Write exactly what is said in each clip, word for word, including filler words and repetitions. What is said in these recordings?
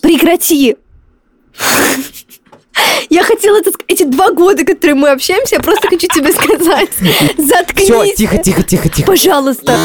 Прекрати! Я хотела это сказать. Эти два года, которые мы общаемся, я просто хочу тебе сказать. Заткнись. Все, тихо, тихо, тихо, тихо. Пожалуйста.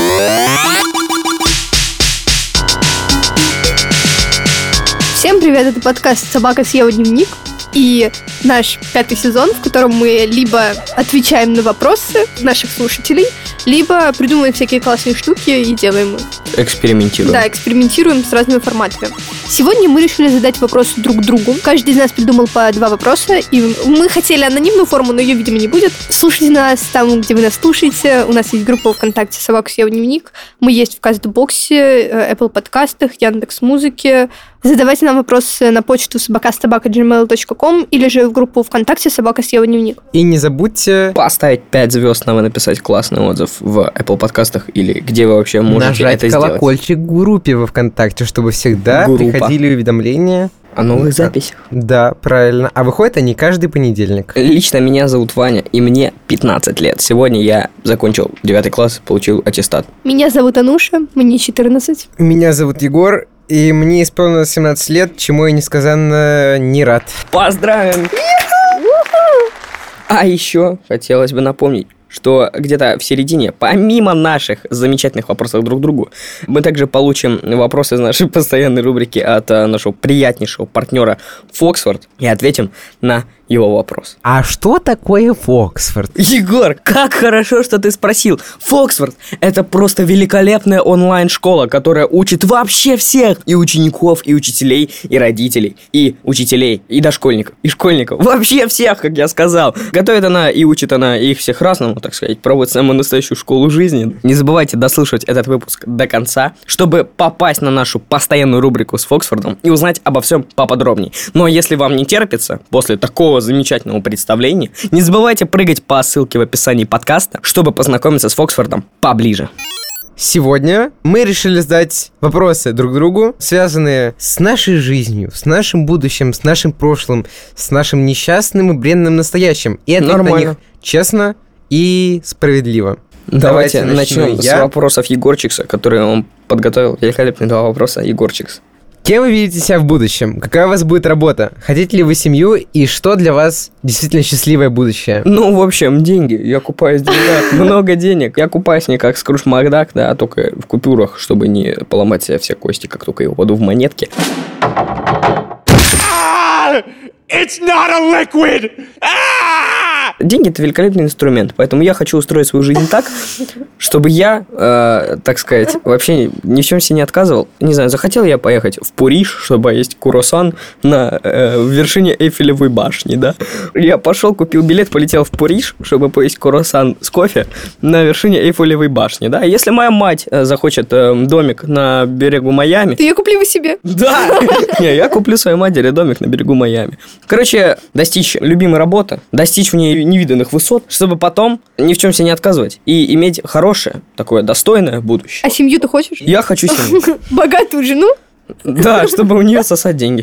Всем привет, это подкаст «Собака съела дневник». И наш пятый сезон, в котором мы либо отвечаем на вопросы наших слушателей, либо придумываем всякие классные штуки и делаем их. Экспериментируем. Да, экспериментируем с разными форматами. Сегодня мы решили задать вопросы друг другу. Каждый из нас придумал по два вопроса, и мы хотели анонимную форму, но ее, видимо, не будет. Слушайте нас там, где вы нас слушаете. У нас есть группа ВКонтакте «Собака съела дневник». Мы есть в Кастбоксе, Apple подкастах, Яндекс.Музыке. Задавайте нам вопросы на почту собака собака джи мейл точка ком или же в группу ВКонтакте «Собака съела дневник». И не забудьте поставить пять звезд нам и написать классный отзыв в Apple подкастах или где вы вообще можете нажать это сделать. колокольчик в группе во ВКонтакте, чтобы всегда Группа. приходили уведомления. О новых записях. Да, правильно. А выходит они каждый понедельник. Лично меня зовут Ваня, и мне пятнадцать лет. Сегодня я закончил девятый класс, получил аттестат. Меня зовут Ануша, мне четырнадцать. Меня зовут Егор, и мне исполнилось семнадцать лет, чему я несказанно не рад. Поздравим! А еще хотелось бы напомнить, что где-то в середине, помимо наших замечательных вопросов друг к другу, мы также получим вопросы из нашей постоянной рубрики от нашего приятнейшего партнера Фоксфорд и ответим на его вопрос. А что такое Фоксфорд? Егор, как хорошо, что ты спросил. Фоксфорд – это просто великолепная онлайн-школа, которая учит вообще всех. И учеников, и учителей, и родителей, и учителей, и дошкольников, и школьников. Вообще всех, как я сказал. Готовит она и учит она их всех разному, так сказать, пробует самую настоящую школу жизни. Не забывайте дослушать этот выпуск до конца, чтобы попасть на нашу постоянную рубрику с Фоксфордом и узнать обо всем поподробнее. Но если вам не терпится, после такого замечательного представления, не забывайте прыгать по ссылке в описании подкаста, чтобы познакомиться с Фоксфордом поближе. Сегодня мы решили задать вопросы друг другу, связанные с нашей жизнью, с нашим будущим, с нашим прошлым, с нашим несчастным и бренным настоящим. И ответить на них честно и справедливо. Давайте, Давайте начнем я. с вопросов Егорчикса, которые он подготовил. Великолепные два вопроса. Егорчикс. Кем вы видите себя в будущем? Какая у вас будет работа? Хотите ли вы семью? И что для вас действительно счастливое будущее? Ну, в общем, деньги. Я купаюсь в деньгах. Много денег. Я купаюсь не как Скрудж Макдак, да, а только в купюрах, чтобы не поломать себе все кости, как только я упаду в монетки. It's not a liquid! Деньги – это великолепный инструмент, поэтому я хочу устроить свою жизнь так, чтобы я, э, так сказать, вообще ни в чем себе не отказывал. Не знаю, захотел я поехать в Париж, чтобы есть круассан на э, вершине Эйфелевой башни, да? Я пошел, купил билет, полетел в Париж, чтобы поесть круассан с кофе на вершине Эйфелевой башни, да? Если моя мать э, захочет э, домик на берегу Майами... Ты я куплю его себе. Да! Не, я куплю своей матери домик на берегу Майами. Короче, достичь любимой работы, достичь в ней невиданных высот, чтобы потом ни в чем себе не отказывать и иметь хорошее, такое достойное будущее. А семью ты хочешь? Я хочу семью. Богатую жену? Да, чтобы у нее сосать деньги.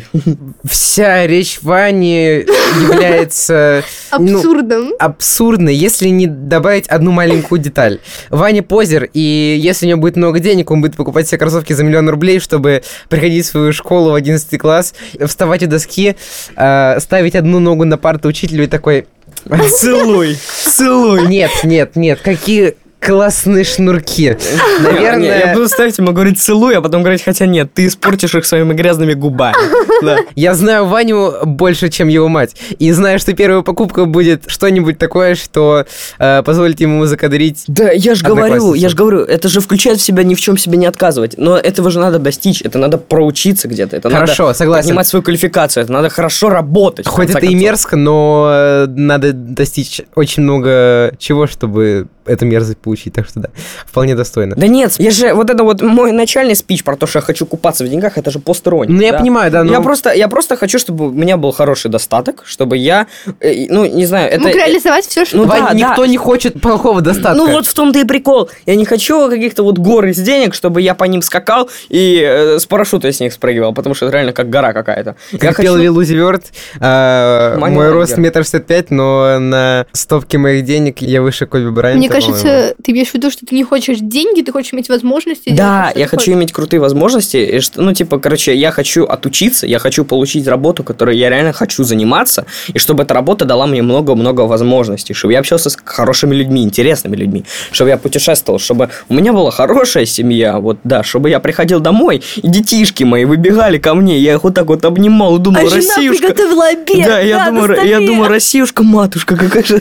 Вся речь Вани является... Абсурдом. Ну, абсурдной, если не добавить одну маленькую деталь. Ваня позер, и если у него будет много денег, он будет покупать себе кроссовки за миллион рублей, чтобы приходить в свою школу в одиннадцатый класс, вставать у доски, э, ставить одну ногу на парту учителю и такой... Целуй, целуй. Нет, нет, нет, какие... классные шнурки. Наверное... Я буду ставить ему говорить целуй, а потом говорить, хотя нет, ты испортишь их своими грязными губами. Да. Я знаю Ваню больше, чем его мать. И знаю, что первая покупка будет что-нибудь такое, что э, позволит ему закадрить. Да, я же говорю, я же говорю, это же включает в себя ни в чем себе не отказывать. Но этого же надо достичь, это надо проучиться где-то. Это хорошо, надо согласен. Поднимать свою квалификацию, это надо хорошо работать. Хоть это и мерзко, но надо достичь очень много чего, чтобы эту мерзость получить, так что да, вполне достойно. Да нет, я же, вот это вот мой начальный спич про то, что я хочу купаться в деньгах, это же посторонний. Ну, да? я понимаю, да, но... Я просто, я просто хочу, чтобы у меня был хороший достаток, чтобы я, э, ну, не знаю, это... Мог реализовать все, что... Ну, Вань, да, никто да. не хочет плохого достатка. Ну, вот в том-то и прикол. Я не хочу каких-то вот гор из денег, чтобы я по ним скакал и э, с парашюта с них спрыгивал, потому что это реально как гора какая-то. Как я пел хочу... Лил Узи Верт, э, мой рост Лангер. метр шестьдесят пять, но на стопке моих денег я выше Коби Брайанта. Мне кажется, по-моему. ты имеешь в виду, что ты не хочешь деньги, ты хочешь иметь возможности. Да, делать, я хочу хочешь. иметь крутые возможности. И что, ну, типа, короче, я хочу отучиться, я хочу получить работу, которой я реально хочу заниматься, и чтобы эта работа дала мне много-много возможностей, чтобы я общался с хорошими людьми, интересными людьми, чтобы я путешествовал, чтобы у меня была хорошая семья, вот, да, чтобы я приходил домой, и детишки мои выбегали ко мне, я их вот так вот обнимал и думал, А жена Россиюшка... приготовила обед. Да, я на думаю, столе. я думаю, Россиюшка, матушка, какая же...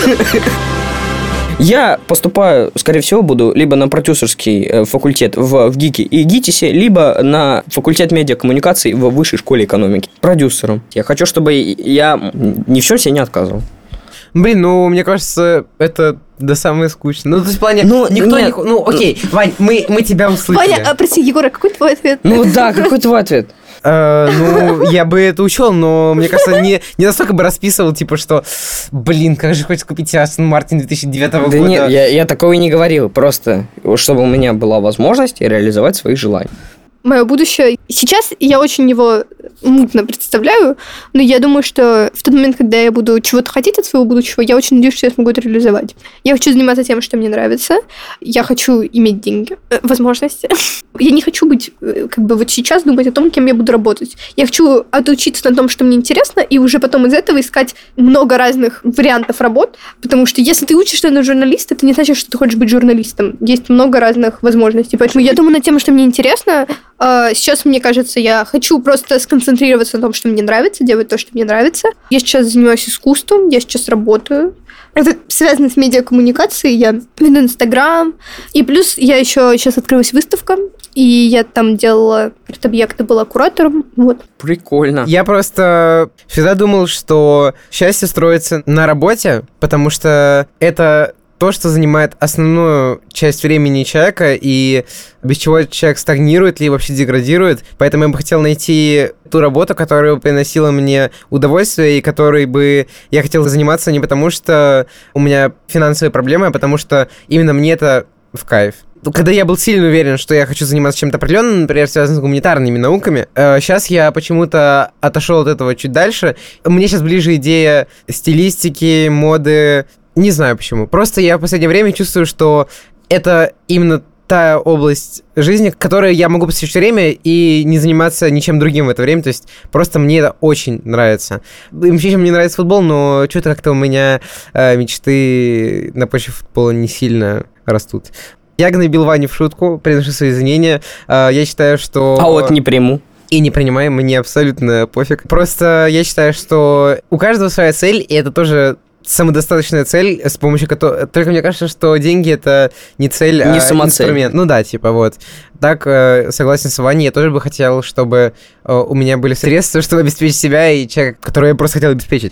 Я поступаю, скорее всего, буду либо на продюсерский э, факультет в, в ГИКе и ГИТИСе, либо на факультет медиакоммуникаций в высшей школе экономики. Продюсером. Я хочу, чтобы я ни в чем себе не отказывал. Блин, ну, мне кажется, это до самое скучное. Ну, то есть, в плане, Ну, никто нет. не... хо- Ну, окей, Вань, мы, мы тебя услышали. Ваня, а, прости, Егор, а какой твой ответ? Ну да, какой твой ответ? Э, ну, я бы это учел, но, мне кажется, не, не настолько бы расписывал, типа, что, блин, как же хочется купить Астон Мартин две тысячи девятого Да года. нет, я, я такого и не говорил. Просто, чтобы у меня была возможность реализовать свои желания. Мое будущее. Сейчас я очень его мутно представляю, но я думаю, что в тот момент, когда я буду чего-то хотеть от своего будущего, я очень надеюсь, что я смогу это реализовать. Я хочу заниматься тем, что мне нравится. Я хочу иметь деньги, э, возможности. Я не хочу быть, э, как бы вот сейчас думать о том, кем я буду работать. Я хочу отучиться на том, что мне интересно, и уже потом из этого искать много разных вариантов работ, потому что если ты учишься на журналиста, это не значит, что ты хочешь быть журналистом. Есть много разных возможностей. Поэтому я думаю над тем, что мне интересно. Сейчас, мне кажется, я хочу просто сконцентрироваться на том, что мне нравится, делать то, что мне нравится. Я сейчас занимаюсь искусством, я сейчас работаю. Это связано с медиакоммуникацией. Я веду Инстаграм. И плюс я еще сейчас открылась выставка, и я там делала арт-объекты, была куратором. Вот. Прикольно. Я просто всегда думал, что счастье строится на работе, потому что это то, что занимает основную часть времени человека, и без чего человек стагнирует или вообще деградирует. Поэтому я бы хотел найти ту работу, которая бы приносила мне удовольствие, и которой бы я хотел заниматься не потому, что у меня финансовые проблемы, а потому что именно мне это в кайф. Когда я был сильно уверен, что я хочу заниматься чем-то определенным, например, связанным с гуманитарными науками, э, сейчас я почему-то отошел от этого чуть дальше. Мне сейчас ближе идея стилистики, моды. Не знаю почему. Просто я в последнее время чувствую, что это именно та область жизни, к которой я могу посвятить время и не заниматься ничем другим в это время. То есть просто мне это очень нравится. Вообще, мне нравится футбол, но что-то как-то у меня э, мечты на почве футбола не сильно растут. Я гнобил Ваню в шутку, приношу свои извинения. Э, я считаю, что... А вот не приму. И не принимаю, мне абсолютно пофиг. Просто я считаю, что у каждого своя цель, и это тоже... самодостаточная цель, с помощью которой... Только мне кажется, что деньги — это не цель, не а самоцель. инструмент. Ну да, типа вот. Так, э, согласен с Ваней, я тоже бы хотел, чтобы э, у меня были средства, чтобы обеспечить себя и человека, которого я просто хотел обеспечить.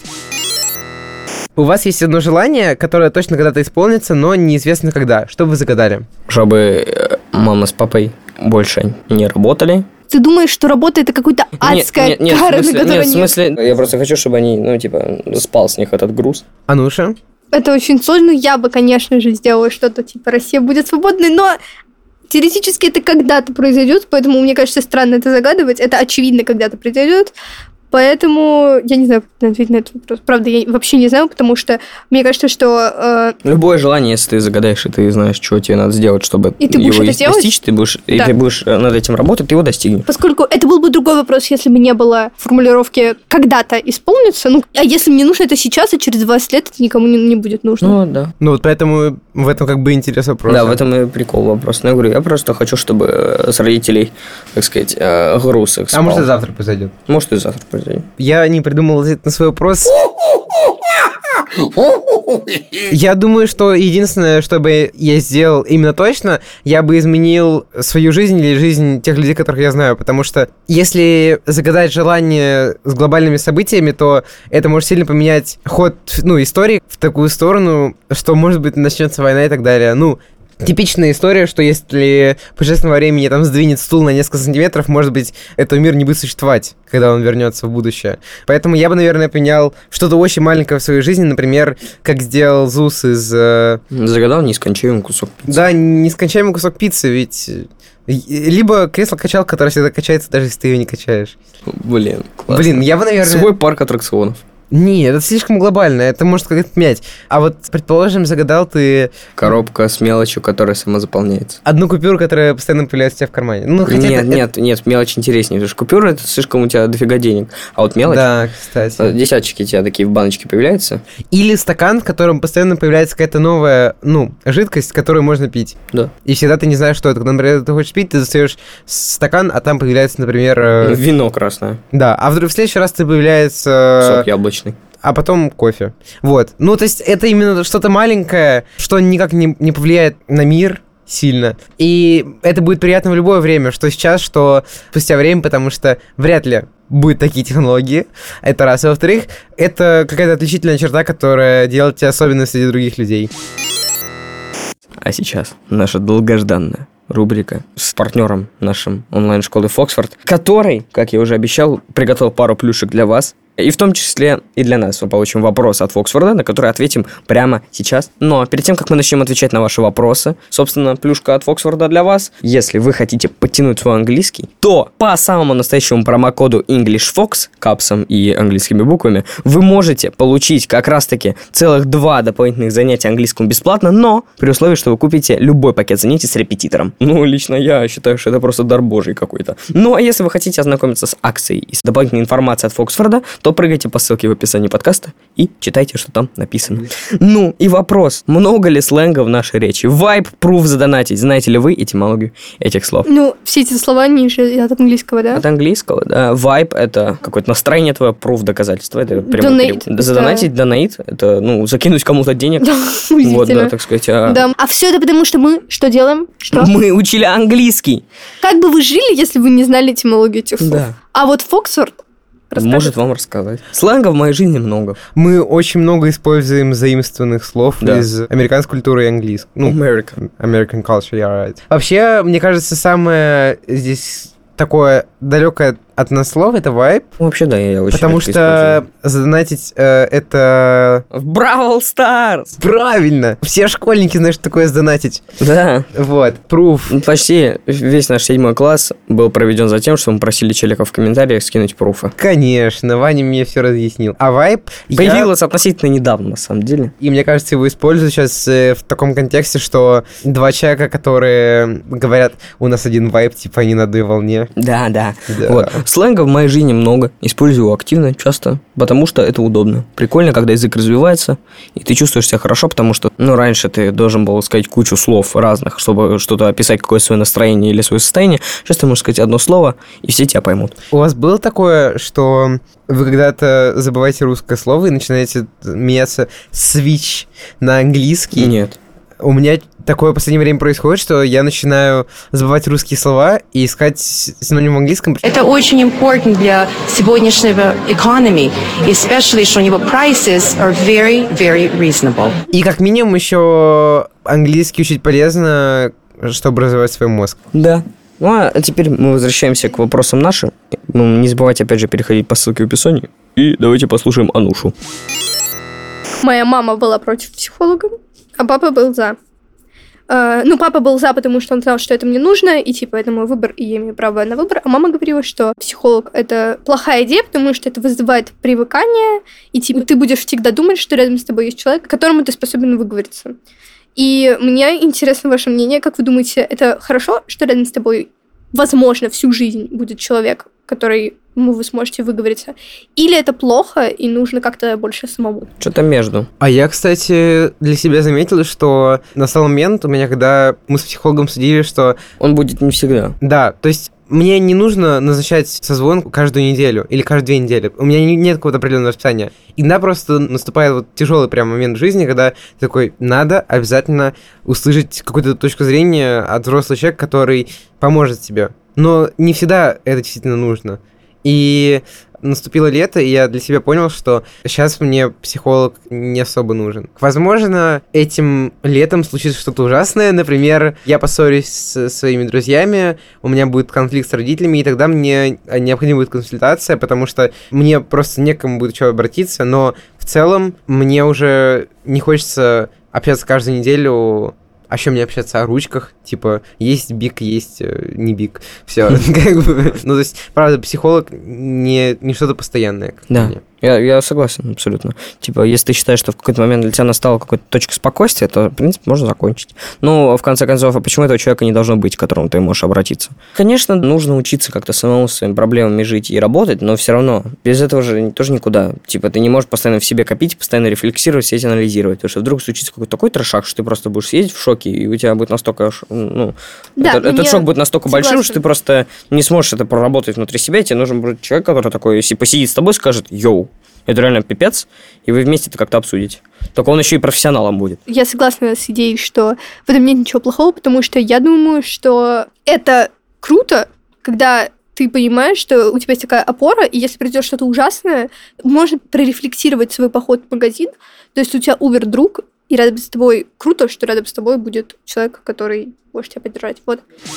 У вас есть одно желание, которое точно когда-то исполнится, но неизвестно когда. Что бы вы загадали? Чтобы э, мама с папой больше не работали. Ты думаешь, что работа это какая-то адская нет, нет, кара, в смысле, на которую нет, в смысле, я просто хочу, чтобы они, ну, типа, спал с них этот груз. Ануша? Это очень сложно. Я бы, конечно же, сделала что-то типа «Россия будет свободной», но теоретически это когда-то произойдет, поэтому мне кажется странно это загадывать. Это очевидно когда-то произойдет. Поэтому я не знаю, как ответить на этот вопрос. Правда, я вообще не знаю, потому что мне кажется, что... Э, Любое желание, если ты загадаешь, и ты знаешь, что тебе надо сделать, чтобы И ты будешь его это делать? достичь, ты будешь, и Да. ты будешь над этим работать, ты его достигнешь. поскольку это был бы другой вопрос, если бы не было формулировки «когда-то исполнится». Ну, а если мне нужно это сейчас, а через двадцать лет это никому не, не будет нужно. Ну, да. Ну вот поэтому в этом как бы интерес вопроса. Да, в этом и прикол вопроса. Ну, я говорю, я просто хочу, чтобы э, с родителей, так сказать, э, груз их спал. А может и завтра произойдет. Может, и завтра произойдет. Я не придумал ответ на свой вопрос. Я думаю, что единственное, что бы я сделал именно точно, я бы изменил свою жизнь или жизнь тех людей, которых я знаю. Потому что если загадать желание с глобальными событиями, то это может сильно поменять ход, ну, истории в такую сторону, что, может быть, начнется война и так далее. Ну, типичная история, что если путешественного времени там сдвинет стул на несколько сантиметров, может быть, этот мир не будет существовать, когда он вернется в будущее. Поэтому я бы, наверное, поменял что-то очень маленькое в своей жизни, например, как сделал Зус из... э, Загадал нескончаемый кусок пиццы. Да, нескончаемый кусок пиццы, ведь... э, Либо кресло-качалка, которое всегда качается, даже если ты ее не качаешь. Блин, классно. Блин, я бы, наверное... Свой парк аттракционов. Не, это слишком глобально, это может как-то менять. А вот, предположим, загадал ты... Коробка с мелочью, которая самозаполняется. Одну купюру, которая постоянно появляется у тебя в кармане. Ну, хотя нет, это, нет, это... нет, мелочь интереснее, потому что купюра это слишком у тебя дофига денег. А вот мелочь... Да, кстати. Десяточки у тебя такие в баночке появляются. Или стакан, в котором постоянно появляется какая-то новая, ну, жидкость, которую можно пить. Да. И всегда ты не знаешь, что это. Когда, например, ты хочешь пить, ты достаешь стакан, а там появляется, например... Э... Вино красное. Да, а вдруг в следующий раз ты появляется... Сок яблочный. А потом кофе. Вот. Ну, то есть это именно что-то маленькое, что никак не, не повлияет на мир сильно. И это будет приятно в любое время, что сейчас, что спустя время, потому что вряд ли будут такие технологии. Это раз. И во-вторых, это какая-то отличительная черта, которая делает тебя особенным среди других людей. А сейчас наша долгожданная рубрика с партнером нашим онлайн-школы Фоксфорд, который, как я уже обещал, приготовил пару плюшек для вас. И в том числе и для нас мы получим вопрос от Фоксфорда, на который ответим прямо сейчас. Но перед тем, как мы начнем отвечать на ваши вопросы, собственно, плюшка от Фоксфорда для вас. Если вы хотите подтянуть свой английский, то по самому настоящему промокоду EnglishFox, капсом и английскими буквами, вы можете получить как раз-таки целых два дополнительных занятия английскому бесплатно, но при условии, что вы купите любой пакет занятий с репетитором. Ну, лично я считаю, что это просто дар божий какой-то. Ну, а если вы хотите ознакомиться с акцией и с дополнительной информацией от Фоксфорда, то прыгайте по ссылке в описании подкаста и читайте, что там написано. Ну, и вопрос. Много ли сленга в нашей речи? Vibe, proof, задонатить. Знаете ли вы этимологию этих слов? Ну, все эти слова ниже от английского, да? От английского, да. Vibe — это какое-то настроение твое, proof — доказательство. Это прямой Donate. перевод. Задонатить, донейт — это, ну, закинуть кому-то денег. Да, Вот, да, так сказать. А... Да. А все это потому, что мы что делаем? Что? Мы учили английский. Как бы вы жили, если бы не знали этимологию этих слов? Да. А вот Фоксфорд расскажет. Может вам рассказать. Сленга в моей жизни много. Мы очень много используем заимствованных слов Да. из американской культуры и английской. Ну, American. American culture, yeah, right. Вообще, мне кажется, самое здесь такое далекое от нас слово — это vibe. Вообще, да, я очень Потому редко что задонатить э, это... использую. В Бравл Старс! Правильно! Все школьники знают, что такое задонатить. Да. Вот, proof. Ну, почти весь наш седьмой класс был проведен за тем, что мы просили челиков в комментариях скинуть пруфы. Конечно, Ваня мне все разъяснил. А vibe... я- Появилось относительно недавно, на самом деле. И мне кажется, его используют сейчас э, в таком контексте, что два человека, которые говорят, у нас один вайб, типа они на одной волне. Да, да. Да. Вот. Сленга в моей жизни много. Использую его активно, часто, потому что это удобно. Прикольно, когда язык развивается, и ты чувствуешь себя хорошо, потому что, ну, раньше ты должен был сказать кучу слов разных, чтобы что-то описать, какое-то свое настроение или свое состояние. Сейчас ты можешь сказать одно слово, и все тебя поймут. У вас было такое, что вы когда-то забываете русское слово и начинаете меняться switch на английский? Нет. У меня такое в последнее время происходит, что я начинаю забывать русские слова и искать синоним в английском. Это очень important для сегодняшнего economy, especially что у него prices are very, very reasonable. И как минимум еще английский учить полезно, чтобы развивать свой мозг. Да. Ну, а теперь мы возвращаемся к вопросам нашим. Ну, не забывайте, опять же, переходить по ссылке в описании. И давайте послушаем Анушу. Моя мама была против психолога, а папа был за. Uh, ну, папа был за, потому что он знал, что это мне нужно, и, типа, это мой выбор, и я имею право на выбор. А мама говорила, что психолог — это плохая идея, потому что это вызывает привыкание, и, типа, ты будешь всегда думать, что рядом с тобой есть человек, которому ты способен выговориться. И мне интересно ваше мнение, как вы думаете, это хорошо, что рядом с тобой, возможно, всю жизнь будет человек, который... ну, вы сможете выговориться. Или это плохо, и нужно как-то больше самому? Что-то между. А я, кстати, для себя заметил, что настал момент у меня, когда мы с психологом судили, что... Он будет не всегда. Да, то есть мне не нужно назначать созвон каждую неделю или каждые две недели. У меня нет какого-то определенного расписания. Иногда просто наступает вот тяжелый прям момент в жизни, когда ты такой, надо обязательно услышать какую-то точку зрения от взрослого человека, который поможет тебе. Но не всегда это действительно нужно. И наступило лето, и я для себя понял, что сейчас мне психолог не особо нужен. Возможно, этим летом случится что-то ужасное. Например, я поссорюсь с своими друзьями, у меня будет конфликт с родителями, и тогда мне необходима будет консультация, потому что мне просто некому будет что обратиться, но в целом мне уже не хочется общаться каждую неделю. А еще мне общаться о ручках, типа, есть биг, есть э, не биг, все, как бы, ну, то есть, правда, психолог не, не что-то постоянное. Да. Я, я согласен абсолютно. Типа, если ты считаешь, что в какой-то момент для тебя настала какая-то точка спокойствия, то, в принципе, можно закончить. Но, в конце концов, а почему этого человека не должно быть, к которому ты можешь обратиться? Конечно, нужно учиться как-то самому с своими проблемами жить и работать, но все равно без этого же тоже никуда. Типа, ты не можешь постоянно в себе копить, постоянно рефлексировать, сидеть, анализировать. Потому что вдруг случится какой-то такой трешак, что ты просто будешь сидеть в шоке, и у тебя будет настолько... Ну, да, это, этот шок будет настолько согласна. большим, что ты просто не сможешь это проработать внутри себя, и тебе нужен будет человек, который такой, если посидит с тобой, скажет: «Йоу, это реально пипец», и вы вместе это как-то обсудите. Только он еще и профессионалом будет. Я согласна с идеей, что в этом нет ничего плохого, потому что я думаю, что это круто, когда ты понимаешь, что у тебя есть такая опора, и если придет что-то ужасное, можно прорефлексировать свой поход в магазин. То есть у тебя Uber-друг, и рядом с тобой круто, что рядом с тобой будет человек, который может тебя поддержать. Вот.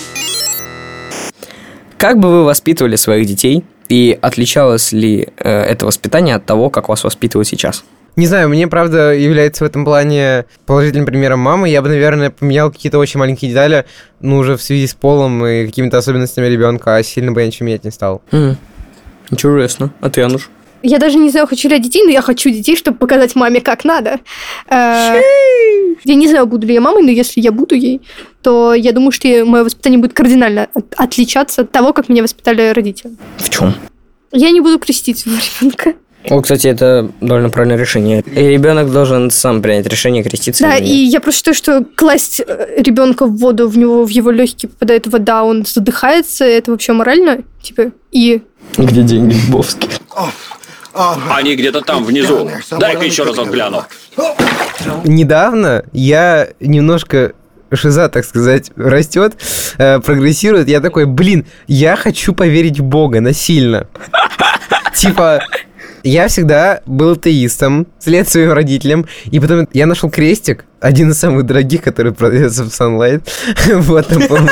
Как бы вы воспитывали своих детей, и отличалось ли э, это воспитание от того, как вас воспитывают сейчас? Не знаю, мне, правда, является в этом плане положительным примером мама. Я бы, наверное, поменял какие-то очень маленькие детали, ну, уже в связи с полом и какими-то особенностями ребенка, а сильно бы я ничего менять не стал. Mm. Интересно. А ты, Ануш? Я даже не знаю, хочу ли я детей, но я хочу детей, чтобы показать маме, как надо. Я не знаю, буду ли я мамой, но если я буду ей, то я думаю, что мое воспитание будет кардинально отличаться от того, как меня воспитали родители. В чем? Я не буду крестить своего ребенка. О, кстати, это довольно правильное решение. И ребенок должен сам принять решение, креститься. Да, и я просто считаю, что класть ребенка в воду, в него, в его легкие попадает вода, он задыхается, это вообще морально, типа, и... Где деньги, Львовский? Они где-то там, внизу. Дай-ка еще разок гляну. Недавно я немножко... шиза, так сказать, растет, э, прогрессирует. Я такой, блин, я хочу поверить в Бога насильно. Типа, я всегда был атеистом, вслед своим родителям, и потом я нашел крестик, один из самых дорогих, который продается в Sunlight. Вот, там, по-моему,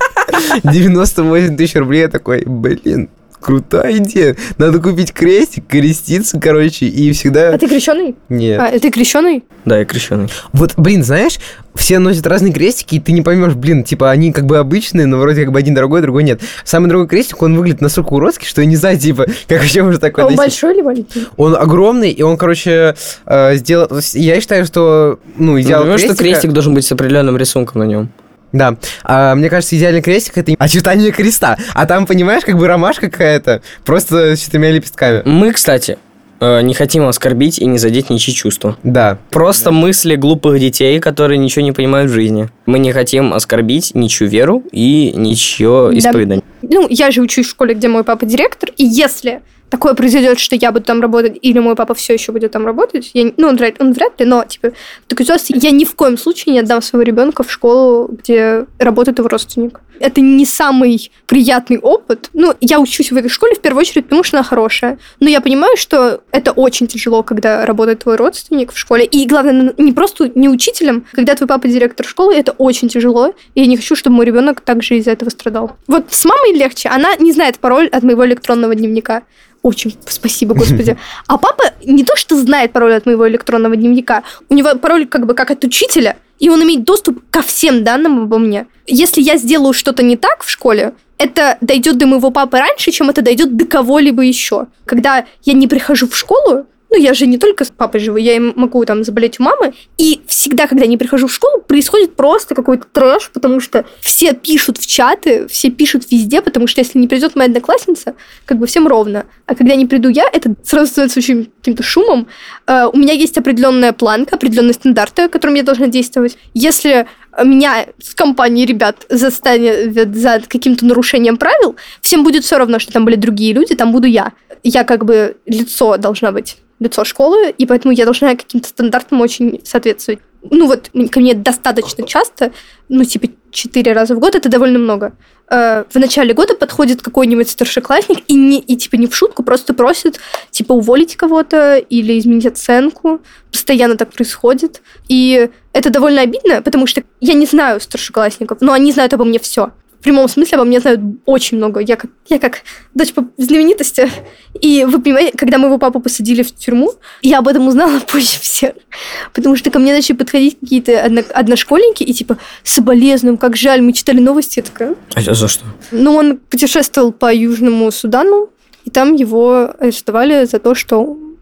девяносто восемь тысяч рублей. Я такой, блин, крутая идея. Надо купить крестик, креститься, короче, и всегда... А ты крещеный? Нет. А, ты крещеный? Да, я крещеный. Вот, блин, знаешь, все носят разные крестики, и ты не поймешь, блин, типа, они как бы обычные, но вроде как бы один дорогой, другой нет. Самый дорогой крестик, он выглядит настолько уродски, что я не знаю, типа, как вообще можно такое Он носить. большой или маленький? Он огромный, и он, короче, э, сделал... Я считаю, что, ну, идеал Ну, крестика... что крестик должен быть с определенным рисунком на нем. Да. А, мне кажется, идеальный крестик — это очертание креста. А там, понимаешь, как бы ромашка какая-то, просто с четырьмя лепестками. Мы, кстати, не хотим оскорбить и не задеть ничьи чувства. Да. Просто да. мысли глупых детей, которые ничего не понимают в жизни. Мы не хотим оскорбить ничью веру и ничье да. исповедание. Ну, я же учусь в школе, где мой папа директор, и если такое произойдет, что я буду там работать, или мой папа все еще будет там работать, я, ну, он, он вряд ли, но, типа, в такой ситуации я ни в коем случае не отдам своего ребенка в школу, где работает его родственник. Это не самый приятный опыт. Ну, я учусь в этой школе в первую очередь, потому что она хорошая. Но я понимаю, что это очень тяжело, когда работает твой родственник в школе. И, главное, не просто не учителем. Когда твой папа директор школы, это очень тяжело. И я не хочу, чтобы мой ребенок также из-за этого страдал. Вот с мамой легче. Она не знает пароль от моего электронного дневника. Очень спасибо, Господи. А папа не то, что знает пароль от моего электронного дневника, у него пароль как бы как от учителя, и он имеет доступ ко всем данным обо мне. Если я сделаю что-то не так в школе, это дойдет до моего папы раньше, чем это дойдет до кого-либо еще. Когда я не прихожу в школу, ну, я же не только с папой живу, я могу там заболеть у мамы. И всегда, когда я не прихожу в школу, происходит просто какой-то трэш, потому что все пишут в чаты, все пишут везде, потому что если не придет моя одноклассница, как бы всем ровно. А когда не приду я, это сразу становится очень каким-то шумом. Uh, у меня есть определенная планка, определенные стандарты, которым я должна действовать. Если меня с компанией ребят застанет за каким-то нарушением правил, всем будет все равно, что там были другие люди, там буду я. Я как бы лицо должна быть. лицо школы, и поэтому я должна каким-то стандартам очень соответствовать. Ну вот, ко мне достаточно часто, ну типа четыре раза в год, это довольно много. В начале года подходит какой-нибудь старшеклассник и, не, и типа не в шутку, просто просит типа уволить кого-то или изменить оценку. Постоянно так происходит. И это довольно обидно, потому что я не знаю старшеклассников, но они знают обо мне все. В прямом смысле обо мне знают очень много. Я как, я как дочь знаменитости. И вы понимаете, когда моего папу посадили в тюрьму, я об этом узнала позже всех. Потому что ко мне начали подходить какие-то одно, одношкольники и типа соболезнуем, как жаль, мы читали новости. Я такая... А за что? Ну, он путешествовал по Южному Судану, и там его арестовали за то, что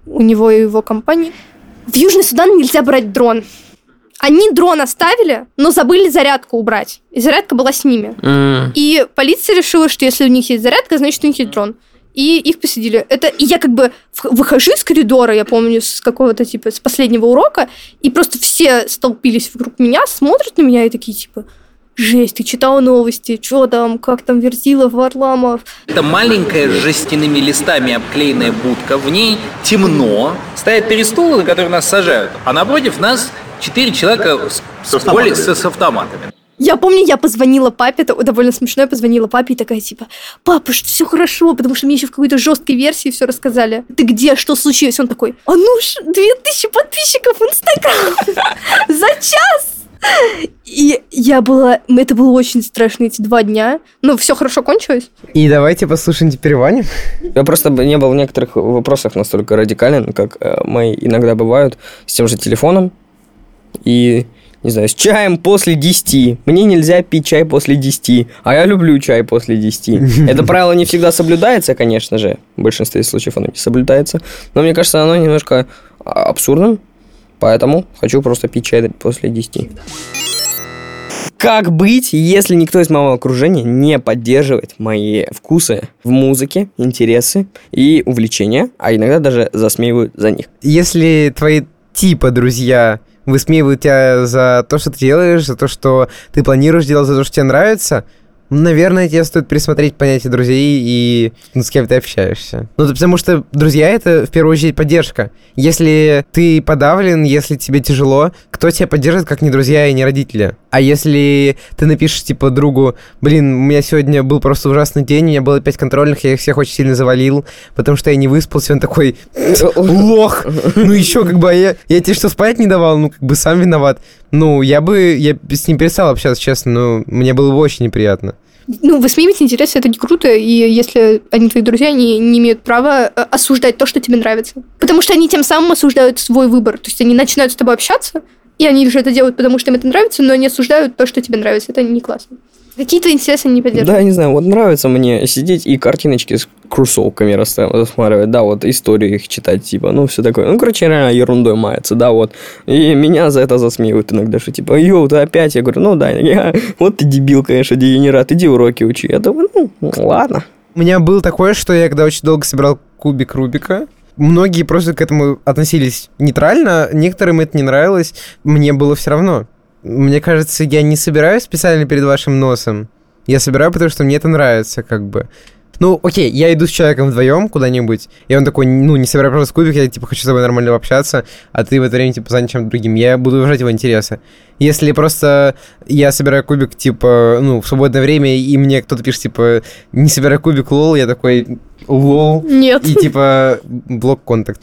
у него и его компании. В Южный Судан нельзя брать дрон. Они дрон оставили, но забыли зарядку убрать. И зарядка была с ними. Mm. И полиция решила, что если у них есть зарядка, значит, у них есть дрон. И их посадили. Это, и я как бы выхожу из коридора, я помню, с какого-то, типа, с последнего урока, и просто все столпились вокруг меня, смотрят на меня и такие, типа, жесть, ты читала новости, что там, как там Верзилов, Варламов. Это маленькая с жестяными листами обклеенная будка, в ней темно, стоят три стула, на которые нас сажают, а напротив нас четыре человека с, с, автоматами. С, с автоматами. Я помню, я позвонила папе, это довольно смешно, я позвонила папе и такая, типа, папа, что все хорошо, потому что мне еще в какой-то жесткой версии все рассказали. Ты где, что случилось? Он такой, а ну ж, две тысячи подписчиков в Инстаграм за час! И я была... Это было очень страшно эти два дня. Но все хорошо кончилось. И давайте послушаем теперь Ваню. Я просто не был в некоторых вопросах настолько радикален, как э, мои иногда бывают, с тем же телефоном. И, не знаю, с чаем после десяти. Мне нельзя пить чай после десяти. А я люблю чай после десяти. Это правило не всегда соблюдается, конечно же. В большинстве случаев оно не соблюдается. Но мне кажется, оно немножко абсурдным. Поэтому хочу просто пить чай после десяти. Как быть, если никто из моего окружения не поддерживает мои вкусы в музыке, интересы и увлечения, а иногда даже засмеивают за них? Если твои типа друзья высмеивают тебя за то, что ты делаешь, за то, что ты планируешь делать, за то, что тебе нравится, наверное, тебе стоит пересмотреть понятие друзей и ну, с кем ты общаешься. Ну, потому что друзья — это, в первую очередь, поддержка. Если ты подавлен, если тебе тяжело, кто тебя поддержит, как не друзья и не родители? А если ты напишешь, типа, другу, блин, у меня сегодня был просто ужасный день, у меня было пять контрольных, я их всех очень сильно завалил, потому что я не выспался, он такой, лох, ну еще как бы, я, я тебе что, спать не давал, ну как бы сам виноват. Ну, я бы, я с ним перестал общаться, честно, но мне было бы очень неприятно. Ну, высмеивать интересы — это не круто, и если они твои друзья, они не имеют права осуждать то, что тебе нравится. Потому что они тем самым осуждают свой выбор. То есть они начинают с тобой общаться, и они же это делают, потому что им это нравится, но они осуждают то, что тебе нравится. Это не классно. Какие твои интересы они не поддерживают? Да, я не знаю, вот нравится мне сидеть и картиночки с кроссовками рассматривать, да, вот историю их читать, типа, ну, все такое. Ну, короче, реально ерундой мается, да, вот. И меня за это засмеивают иногда, что типа, йоу, ты опять? Я говорю, ну, да, я, вот ты дебил, конечно, дегенерат, иди уроки учи. Я думаю, ну, ладно. У меня было такое, что я когда очень долго собирал кубик Рубика, многие просто к этому относились нейтрально, некоторым это не нравилось, мне было все равно. Мне кажется, я не собираю специально перед вашим носом. Я собираю, потому что мне это нравится, как бы. Ну, окей, я иду с человеком вдвоем куда-нибудь, и он такой, ну, не собирай просто кубик, я, типа, хочу с тобой нормально общаться, а ты в это время, типа, занят чем-то другим. Я буду уважать его интересы. Если просто я собираю кубик, типа, ну, в свободное время, и мне кто-то пишет, типа, не собирай кубик, лол, я такой, лол. Нет. И, типа, блок-контакт.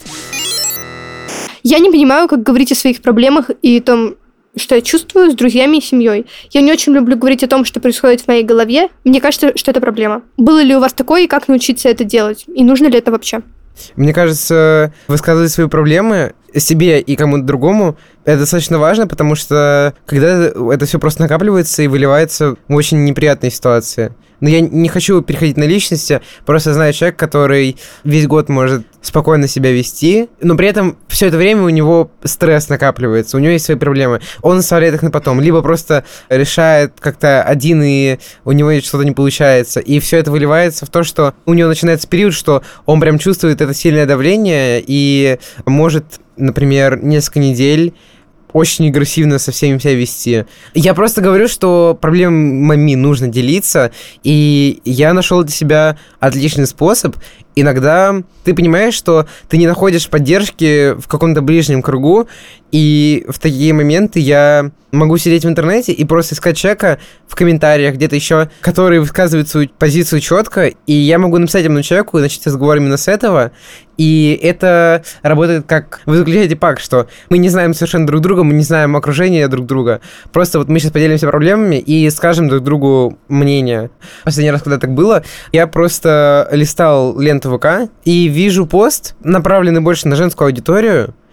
Я не понимаю, как говорить о своих проблемах и том, что я чувствую с друзьями и семьей. Я не очень люблю говорить о том, что происходит в моей голове. Мне кажется, что это проблема. Было ли у вас такое, и как научиться это делать? И нужно ли это вообще? Мне кажется, высказывать свои проблемы себе и кому-то другому — это достаточно важно, потому что когда это все просто накапливается и выливается в очень неприятные ситуации. Но я не хочу переходить на личности, просто знаю человека, который весь год может спокойно себя вести, но при этом все это время у него стресс накапливается, у него есть свои проблемы. Он оставляет их на потом, либо просто решает как-то один, и у него что-то не получается. И все это выливается в то, что у него начинается период, что он прям чувствует это сильное давление и может, например, несколько недель очень агрессивно со всеми себя вести. Я просто говорю, что проблемами нужно делиться, и я нашел для себя отличный способ. Иногда ты понимаешь, что ты не находишь поддержки в каком-то ближнем кругу, и в такие моменты я могу сидеть в интернете и просто искать человека в комментариях, где-то еще, который высказывает свою позицию четко, и я могу написать этому человеку и начать разговор именно с этого, и это работает как... Вы заключаете пакт, что мы не знаем совершенно друг друга, мы не знаем окружения друг друга, просто вот мы сейчас поделимся проблемами и скажем друг другу мнение. Последний раз, когда так было, я просто листал ленту ВК и вижу пост, направленный больше на женскую аудиторию,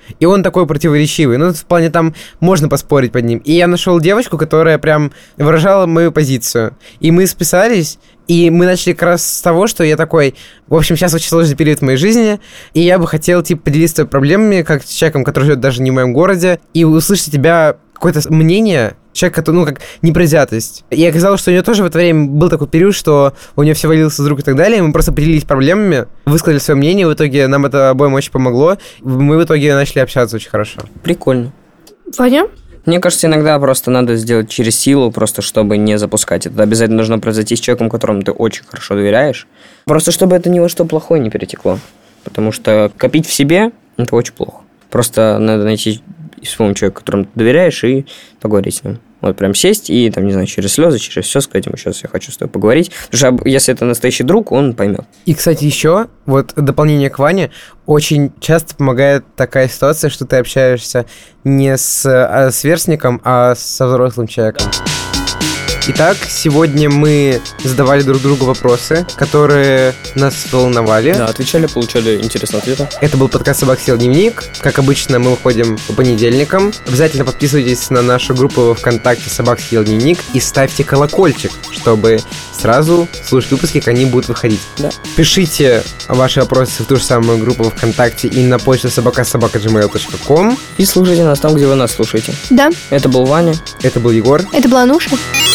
И он такой противоречивый. Ну, в плане там можно поспорить под ним. И я нашел девочку, которая прям выражала мою позицию. И мы списались, и мы начали как раз с того, что я такой, в общем, сейчас очень сложный период в моей жизни, и я бы хотел, типа, поделиться своими проблемами, как с человеком, который живет даже не в моем городе, и услышать от тебя какое-то мнение, человек, который, ну, как непредвзятость. И оказалось, что у нее тоже в это время был такой период, что у нее все валилось из рук и так далее, и мы просто поделились проблемами, высказали свое мнение, в итоге нам это обоим очень помогло, мы в итоге начали общаться очень хорошо. Прикольно. Ваня? Мне кажется, иногда просто надо сделать через силу, просто чтобы не запускать. Это обязательно должно произойти с человеком, которому ты очень хорошо доверяешь. Просто чтобы это ни во что плохое не перетекло. Потому что копить в себе – это очень плохо. Просто надо найти своего человека, которому ты доверяешь, и поговорить с ним. Вот прям сесть и, там, не знаю, через слезы, через все сказать ему, сейчас я хочу с тобой поговорить. Потому что если это настоящий друг, он поймет. И, кстати, еще, вот дополнение к Ване, очень часто помогает такая ситуация, что ты общаешься не с а, сверстником, а со взрослым человеком. Итак, сегодня мы задавали друг другу вопросы, которые нас волновали. Да, отвечали, получали интересные ответы. Это был подкаст «Собак съел дневник». Как обычно, мы выходим по понедельникам. Обязательно подписывайтесь на нашу группу во ВКонтакте «Собак съел дневник» и ставьте колокольчик, чтобы сразу слушать выпуски, как они будут выходить. Да. Пишите ваши вопросы в ту же самую группу ВКонтакте и на почту собака собака джи мейл точка ком. И слушайте нас там, где вы нас слушаете. Да. Это был Ваня. Это был Егор. Это была Нуша.